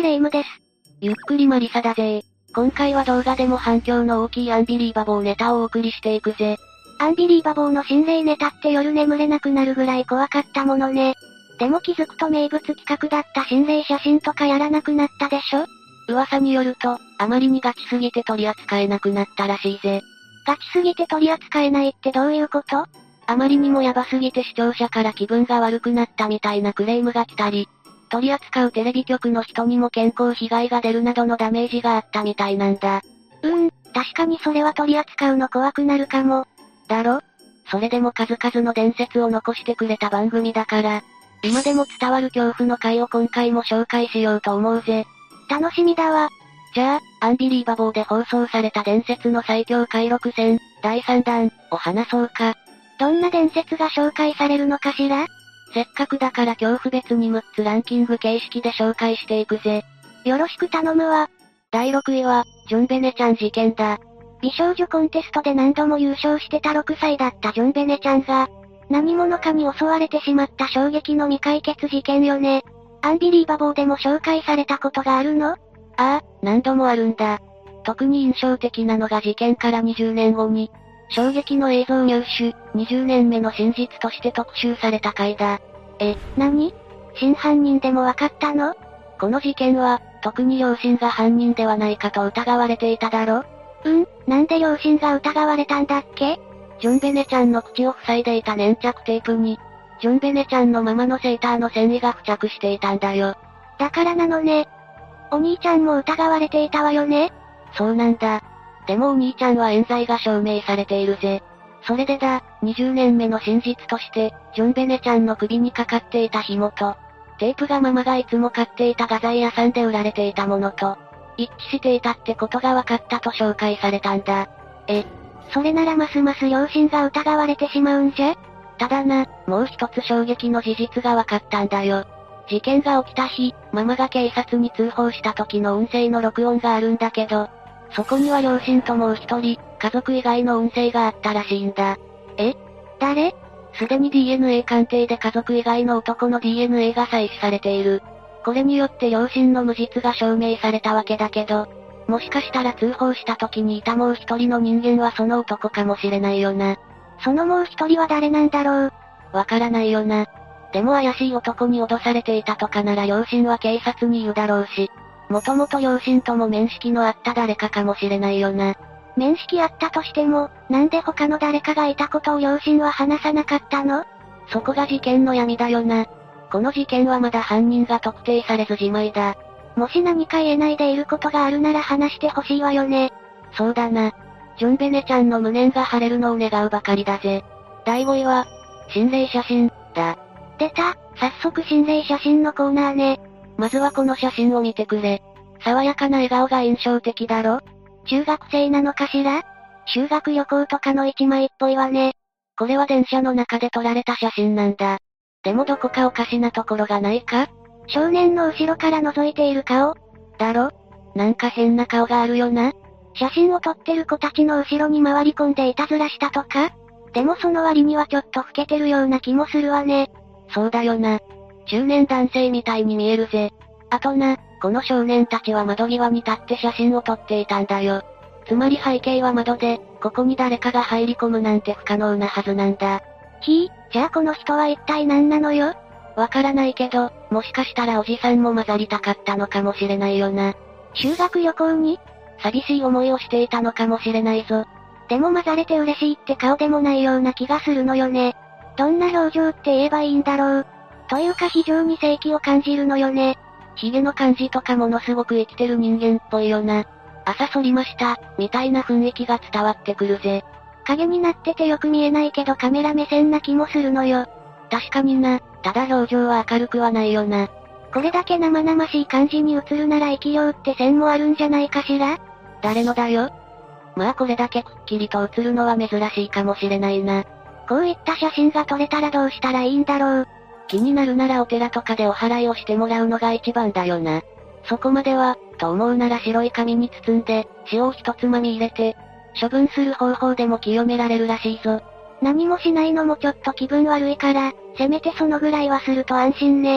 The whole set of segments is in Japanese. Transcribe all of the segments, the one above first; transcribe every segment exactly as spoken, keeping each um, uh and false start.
レイムです。 ゆっくりマリサだぜ。今回は動画でも反響の大きいアンビリーバボーネタをお送りしていくぜ。 アンビリーバボーの心霊ネタって夜眠れなくなるぐらい怖かったものね。でも気づくと名物企画だった心霊写真とかやらなくなったでしょ？ 噂によると、あまりにガチすぎて取り扱えなくなったらしいぜ。 ガチすぎて取り扱えないってどういうこと？ あまりにもヤバすぎて視聴者から気分が悪くなったみたいなクレームが来たり、取り扱うテレビ局の人にも健康被害が出るなどのダメージがあったみたいなんだ。 うーん、確かにそれは取り扱うの怖くなるかも。 だろ？それでも数々の伝説を残してくれた番組だから、今でも伝わる恐怖の回を今回も紹介しようと思うぜ。 楽しみだわ。 じゃあ、アンビリーバボーで放送された伝説の最強回録戦、だいさんだん、を話そうか。 どんな伝説が紹介されるのかしら？ せっかくだから恐怖別にむっつランキング形式で紹介していくぜ。 よろしく頼むわ。 だいろくいは、ジョンベネちゃん事件だ。 美少女コンテストで何度も優勝してたろくさいだったジョンベネちゃんが、何者かに襲われてしまった衝撃の未解決事件よね。アンビリーバボーでも紹介されたことがあるの？ああ、何度もあるんだ。特に印象的なのが事件からにじゅうねんごに、衝撃の映像入手、にじゅうねんめの真実として特集された回だ。 え、何？真犯人でもわかったの？ この事件は、特に両親が犯人ではないかと疑われていただろ？ うん、なんで両親が疑われたんだっけ？ ジョンベネちゃんの口を塞いでいた粘着テープに、ジョンベネちゃんのママのセーターの繊維が付着していたんだよ。 だからなのね。お兄ちゃんも疑われていたわよね？ そうなんだ。でもお兄ちゃんは冤罪が証明されているぜ。それでだ、にじゅうねんめの真実として、ジョンベネちゃんの首にかかっていた紐と、テープがママがいつも買っていた画材屋さんで売られていたものと、一致していたってことが分かったと紹介されたんだ。 え、それならますます両親が疑われてしまうんじゃ？ ただな、もう一つ衝撃の事実が分かったんだよ。事件が起きた日、ママが警察に通報した時の音声の録音があるんだけど、そこには両親ともう一人、家族以外の音声があったらしいんだ。 え？誰？ すでに ディーエヌエー 鑑定で家族以外の男の ディーエヌエー が採取されている。これによって両親の無実が証明されたわけだけど、もしかしたら通報した時にいたもう一人の人間はその男かもしれないよな。 そのもう一人は誰なんだろう？ わからないよな。でも怪しい男に脅されていたとかなら両親は警察に言うだろうし、もともと両親とも面識のあった誰かかもしれないよな。 面識あったとしても、なんで他の誰かがいたことを両親は話さなかったの？ そこが事件の闇だよな。この事件はまだ犯人が特定されずじまいだ。 もし何か言えないでいることがあるなら話してほしいわよね。 そうだな。ジョンベネちゃんの無念が晴れるのを願うばかりだぜ。だいごいは、心霊写真、だ。 出た、早速心霊写真のコーナーね。 まずはこの写真を見てくれ。爽やかな笑顔が印象的だろ？ 中学生なのかしら？修学旅行とかの一枚っぽいわね。 これは電車の中で撮られた写真なんだ。でもどこかおかしなところがないか？ 少年の後ろから覗いている顔？ だろ？なんか変な顔があるよな。 写真を撮ってる子たちの後ろに回り込んでいたずらしたとか？でもその割にはちょっと老けてるような気もするわね。 そうだよな。中年男性みたいに見えるぜ。あとな、この少年たちは窓際に立って写真を撮っていたんだよ。つまり背景は窓で、ここに誰かが入り込むなんて不可能なはずなんだ。 ひぃ、じゃあこの人は一体何なのよ？ わからないけど、もしかしたらおじさんも混ざりたかったのかもしれないよな。 修学旅行に？ 寂しい思いをしていたのかもしれないぞ。 でも混ざれて嬉しいって顔でもないような気がするのよね。どんな表情って言えばいいんだろう。というか非常に正気を感じるのよね。 髭の感じとかものすごく生きてる人間っぽいよな。朝反りました、みたいな雰囲気が伝わってくるぜ。 影になっててよく見えないけどカメラ目線な気もするのよ。 確かにな、ただ表情は明るくはないよな。 これだけ生々しい感じに映るなら生きようって線もあるんじゃないかしら？ 誰のだよ？まあこれだけくっきりと映るのは珍しいかもしれないな。 こういった写真が撮れたらどうしたらいいんだろう。 気になるならお寺とかでお祓いをしてもらうのが一番だよな。そこまでは、と思うなら白い紙に包んで、塩を一つまみ入れて、処分する方法でも清められるらしいぞ。 何もしないのもちょっと気分悪いから、せめてそのぐらいはすると安心ね。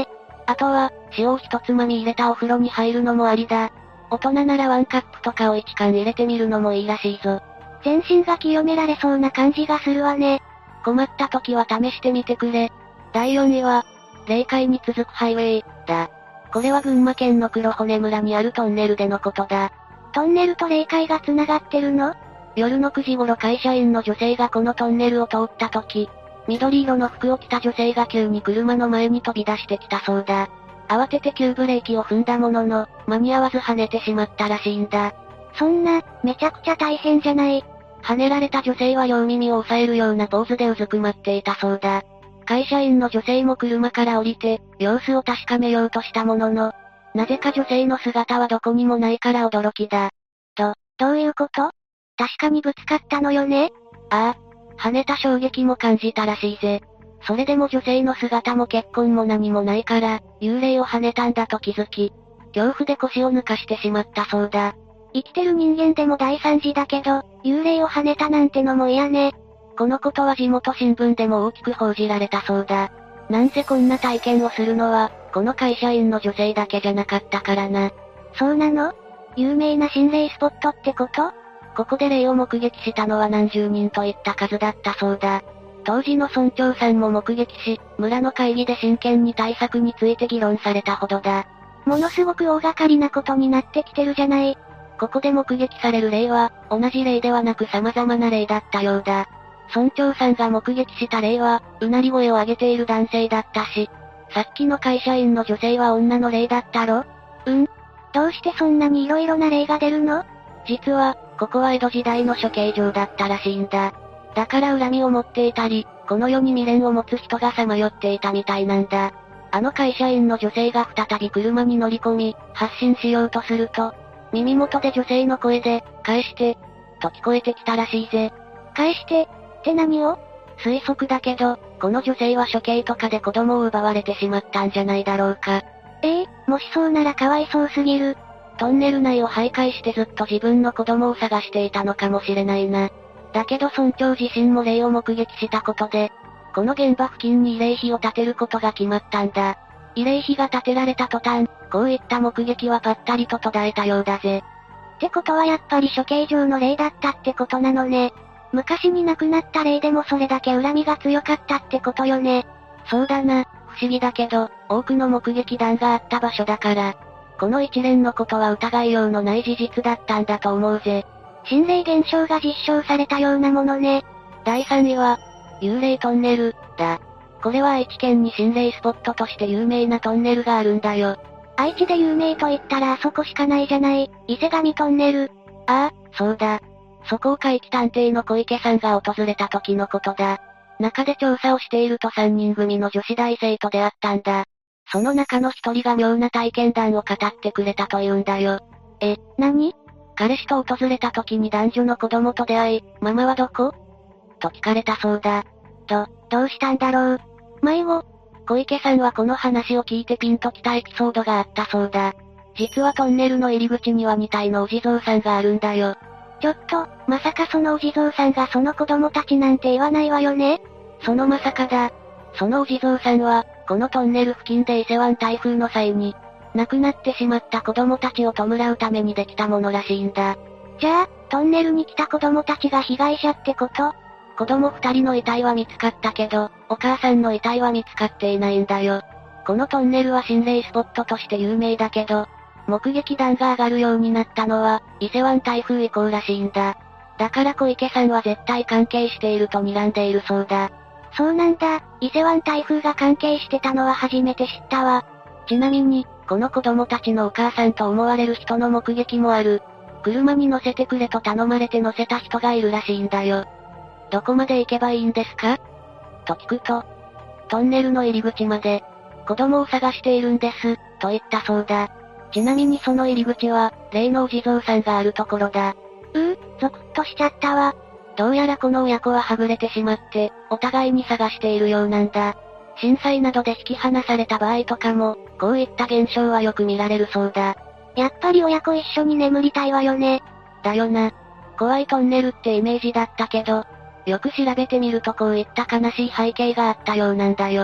あとは、塩を一つまみ入れたお風呂に入るのもありだ。大人ならワンカップとかをいち缶入れてみるのもいいらしいぞ。 全身が清められそうな感じがするわね。 困った時は試してみてくれ。だいよんいは、霊界に続くハイウェイ、だ。これは群馬県の黒骨村にあるトンネルでのことだ。 トンネルと霊界が繋がってるの？ 夜のくじ頃会社員の女性がこのトンネルを通った時、緑色の服を着た女性が急に車の前に飛び出してきたそうだ。慌てて急ブレーキを踏んだものの、間に合わず跳ねてしまったらしいんだ。 そんな、めちゃくちゃ大変じゃない。 跳ねられた女性は両耳を押さえるようなポーズでうずくまっていたそうだ。会社員の女性も車から降りて、様子を確かめようとしたものの、なぜか女性の姿はどこにもないから驚きだ。 と、どういうこと？確かにぶつかったのよね？ ああ、跳ねた衝撃も感じたらしいぜ。それでも女性の姿も血痕も何もないから、幽霊を跳ねたんだと気づき、恐怖で腰を抜かしてしまったそうだ。 生きてる人間でも大惨事だけど、幽霊を跳ねたなんてのも嫌ね。 このことは地元新聞でも大きく報じられたそうだ。なんせこんな体験をするのは、この会社員の女性だけじゃなかったからな。 そうなの？有名な心霊スポットってこと？ ここで霊を目撃したのは何十人といった数だったそうだ。当時の村長さんも目撃し、村の会議で真剣に対策について議論されたほどだ。 ものすごく大掛かりなことになってきてるじゃない。 ここで目撃される霊は、同じ霊ではなく様々な霊だったようだ。村長さんが目撃した霊は、うなり声を上げている男性だったし、さっきの会社員の女性は女の霊だったろ？ うん。どうしてそんなに色々な霊が出るの？ 実は、ここは江戸時代の処刑場だったらしいんだ。だから恨みを持っていたり、この世に未練を持つ人がさまよっていたみたいなんだ。あの会社員の女性が再び車に乗り込み、発進しようとすると、耳元で女性の声で、返して、と聞こえてきたらしいぜ。 返して、って何を？ 推測だけど、この女性は処刑とかで子供を奪われてしまったんじゃないだろうか。 ええー、もしそうならかわいそうすぎる。 トンネル内を徘徊してずっと自分の子供を探していたのかもしれないな。だけど村長自身も霊を目撃したことで、この現場付近に慰霊碑を建てることが決まったんだ。慰霊碑が建てられた途端、こういった目撃はぱったりと途絶えたようだぜ。 ってことはやっぱり処刑場の霊だったってことなのね。昔に亡くなった霊でもそれだけ恨みが強かったってことよね。 そうだな、不思議だけど、多くの目撃談があった場所だから、この一連のことは疑いようのない事実だったんだと思うぜ。 心霊現象が実証されたようなものね。 だいさんいは、幽霊トンネル、だ。これは愛知県に心霊スポットとして有名なトンネルがあるんだよ。 愛知で有名と言ったらあそこしかないじゃない、伊勢神トンネル。 ああ、そうだ。そこを怪奇探偵の小池さんが訪れた時のことだ。中で調査をしているとさんにん組の女子大生と出会ったんだ。その中の一人が妙な体験談を語ってくれたというんだよ。 え、何？ 彼氏と訪れた時に男女の子供と出会い、ママはどこ？と聞かれたそうだ。 ど、どうしたんだろう。迷子。 小池さんはこの話を聞いてピンときたエピソードがあったそうだ。実はトンネルの入り口にはに体のお地蔵さんがあるんだよ。 ちょっと、まさかそのお地蔵さんがその子供たちなんて言わないわよね？ そのまさかだ。そのお地蔵さんは、このトンネル付近で伊勢湾台風の際に、亡くなってしまった子供たちを弔うためにできたものらしいんだ。 じゃあ、トンネルに来た子供たちが被害者ってこと？ 子供二人の遺体は見つかったけど、お母さんの遺体は見つかっていないんだよ。このトンネルは心霊スポットとして有名だけど、目撃談が上がるようになったのは、伊勢湾台風以降らしいんだ。だから小池さんは絶対関係していると睨んでいるそうだ。 そうなんだ、伊勢湾台風が関係してたのは初めて知ったわ。 ちなみに、この子供たちのお母さんと思われる人の目撃もある。車に乗せてくれと頼まれて乗せた人がいるらしいんだよ。どこまで行けばいいんですか？と聞くと、トンネルの入り口まで、子供を探しているんです、と言ったそうだ。ちなみにその入り口は、霊のお地蔵さんがあるところだ。 うー、ゾクッとしちゃったわ。 どうやらこの親子ははぐれてしまって、お互いに探しているようなんだ。震災などで引き離された場合とかも、こういった現象はよく見られるそうだ。 やっぱり親子一緒に眠りたいわよね。 だよな。怖いトンネルってイメージだったけど、よく調べてみるとこういった悲しい背景があったようなんだよ。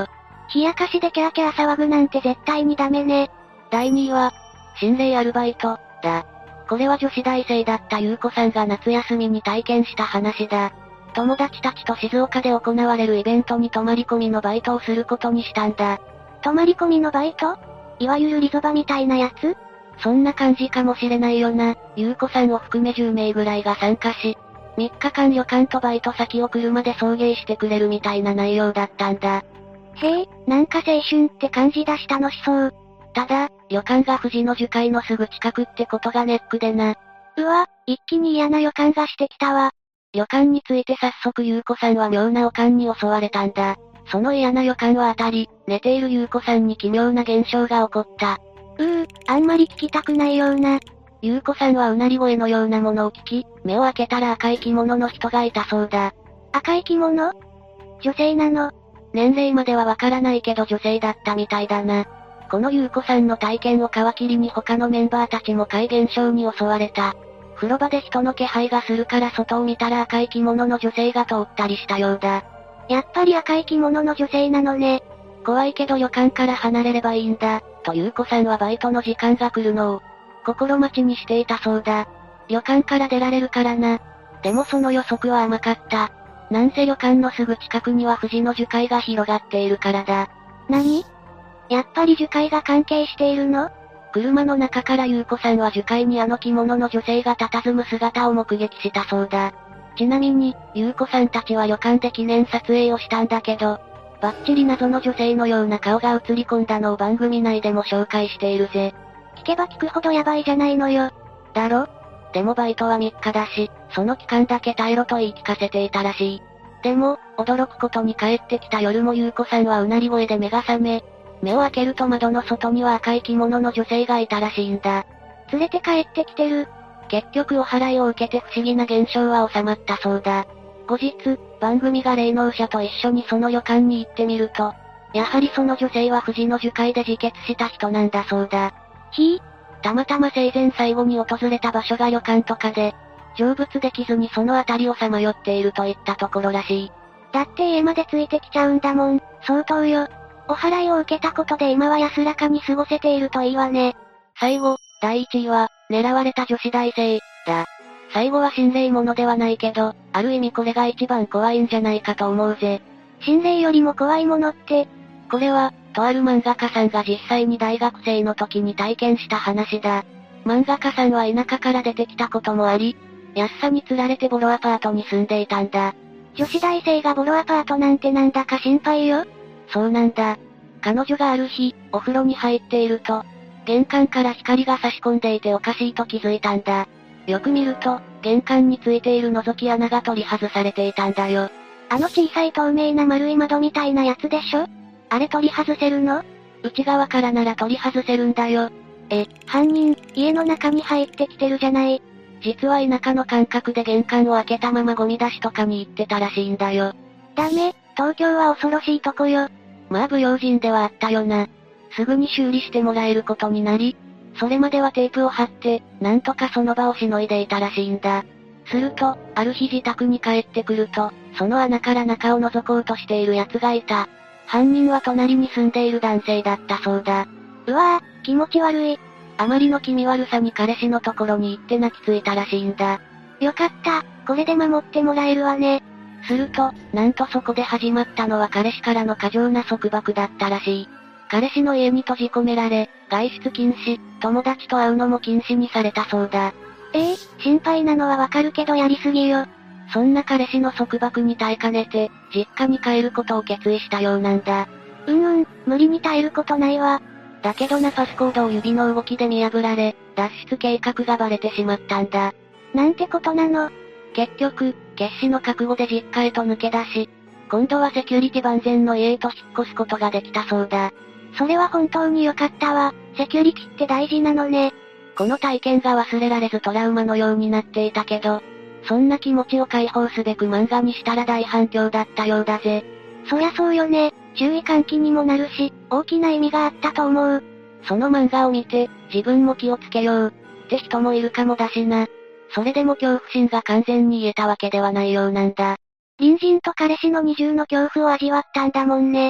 冷やかしでキャーキャー騒ぐなんて絶対にダメね。 だいにいは、心霊アルバイト、だ。これは女子大生だった優子さんが夏休みに体験した話だ。友達たちと静岡で行われるイベントに泊まり込みのバイトをすることにしたんだ。 泊まり込みのバイト？いわゆるリゾバみたいなやつ？ そんな感じかもしれないよな。優子さんを含めじゅうめいぐらいが参加し、みっかかん旅館とバイト先を車で送迎してくれるみたいな内容だったんだ。 へえ、なんか青春って感じだし楽しそう。 ただ、旅館が富士の樹海のすぐ近くってことがネックでな。 うわ、一気に嫌な予感がしてきたわ。 旅館について早速優子さんは妙な悪感に襲われたんだ。その嫌な予感は当たり、寝ている優子さんに奇妙な現象が起こった。 うー、あんまり聞きたくないような。 優子さんはうなり声のようなものを聞き、目を開けたら赤い着物の人がいたそうだ。 赤い着物？女性なの？ 年齢まではわからないけど女性だったみたいだな。この優子さんの体験を皮切りに他のメンバーたちも怪現象に襲われた。風呂場で人の気配がするから外を見たら赤い着物の女性が通ったりしたようだ。 やっぱり赤い着物の女性なのね。 怖いけど旅館から離れればいいんだ、と優子さんはバイトの時間が来るのを、心待ちにしていたそうだ。旅館から出られるからな。でもその予測は甘かった。なんせ旅館のすぐ近くには富士の樹海が広がっているからだ。 何？やっぱり樹海が関係しているの？ 車の中から優子さんは樹海にあの着物の女性が佇む姿を目撃したそうだ。ちなみに、優子さんたちは旅館で記念撮影をしたんだけど、バッチリ謎の女性のような顔が映り込んだのを番組内でも紹介しているぜ。 聞けば聞くほどヤバいじゃないのよ。 だろ？でもバイトはみっかだし、その期間だけ耐えろと言い聞かせていたらしい。でも、驚くことに帰ってきた夜も優子さんはうなり声で目が覚め、目を開けると窓の外には赤い着物の女性がいたらしいんだ。 連れて帰ってきてる。 結局お祓いを受けて不思議な現象は収まったそうだ。後日、番組が霊能者と一緒にその旅館に行ってみると、やはりその女性は富士の樹海で自決した人なんだそうだ。 ひぃ、たまたま生前最後に訪れた場所が旅館とかで、成仏できずにその辺りをさまよっているといったところらしい。 だって家までついてきちゃうんだもん、相当よ。お祓いを受けたことで今は安らかに過ごせているといいわね。 最後、だいいちいは、狙われた女子大生、だ。最後は心霊ものではないけど、ある意味これが一番怖いんじゃないかと思うぜ。 心霊よりも怖いものって、 これは、とある漫画家さんが実際に大学生の時に体験した話だ。漫画家さんは田舎から出てきたこともあり、安さに釣られてボロアパートに住んでいたんだ。 女子大生がボロアパートなんてなんだか心配よ。 そうなんだ。彼女がある日、お風呂に入っていると、玄関から光が差し込んでいておかしいと気づいたんだ。よく見ると、玄関についている覗き穴が取り外されていたんだよ。 あの小さい透明な丸い窓みたいなやつでしょ？あれ取り外せるの？ 内側からなら取り外せるんだよ。 え、犯人、家の中に入ってきてるじゃない。 実は田舎の感覚で玄関を開けたままゴミ出しとかに行ってたらしいんだよ。 ダメ、東京は恐ろしいとこよ。 まあ不用心ではあったよな。すぐに修理してもらえることになり、それまではテープを貼って、なんとかその場をしのいでいたらしいんだ。すると、ある日自宅に帰ってくると、その穴から中を覗こうとしている奴がいた。犯人は隣に住んでいる男性だったそうだ。 うわぁ、気持ち悪い。 あまりの気味悪さに彼氏のところに行って泣きついたらしいんだ。 よかった、これで守ってもらえるわね。 すると、なんとそこで始まったのは彼氏からの過剰な束縛だったらしい。彼氏の家に閉じ込められ、外出禁止、友達と会うのも禁止にされたそうだ。 ええー、心配なのはわかるけどやりすぎよ。 そんな彼氏の束縛に耐えかねて、実家に帰ることを決意したようなんだ。 うんうん、無理に耐えることないわ。 だけどなパスコードを指の動きで見破られ、脱出計画がバレてしまったんだ。 なんてことなの。 結局、決死の覚悟で実家へと抜け出し、今度はセキュリティ万全の家へと引っ越すことができたそうだ。 それは本当に良かったわ。セキュリティって大事なのね。 この体験が忘れられずトラウマのようになっていたけど、そんな気持ちを解放すべく漫画にしたら大反響だったようだぜ。 そりゃそうよね。注意喚起にもなるし、大きな意味があったと思う。 その漫画を見て、自分も気をつけよう、って人もいるかもだしな。それでも恐怖心が完全に癒えたわけではないようなんだ。 隣人と彼氏の二重の恐怖を味わったんだもんね。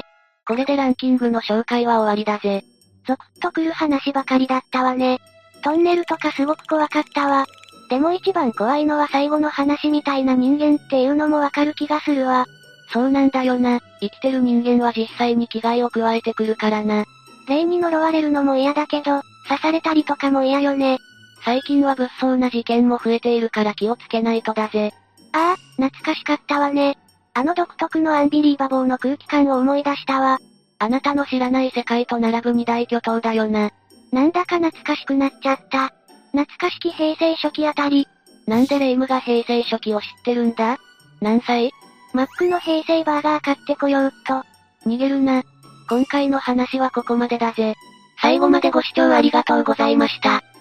これでランキングの紹介は終わりだぜ。 ゾクッとくる話ばかりだったわね。トンネルとかすごく怖かったわ。でも一番怖いのは最後の話みたいな人間っていうのもわかる気がするわ。 そうなんだよな。生きてる人間は実際に危害を加えてくるからな。 霊に呪われるのも嫌だけど、刺されたりとかも嫌よね。 最近は物騒な事件も増えているから気をつけないとだぜ。 ああ、懐かしかったわね。あの独特のアンビリーバボーの空気感を思い出したわ。 あなたの知らない世界と並ぶ二大巨頭だよな。 なんだか懐かしくなっちゃった。懐かしき平成初期あたり。 なんでレイムが平成初期を知ってるんだ？何歳？ マックの平成バーガー買ってこようっと。 逃げるな。今回の話はここまでだぜ。最後までご視聴ありがとうございました。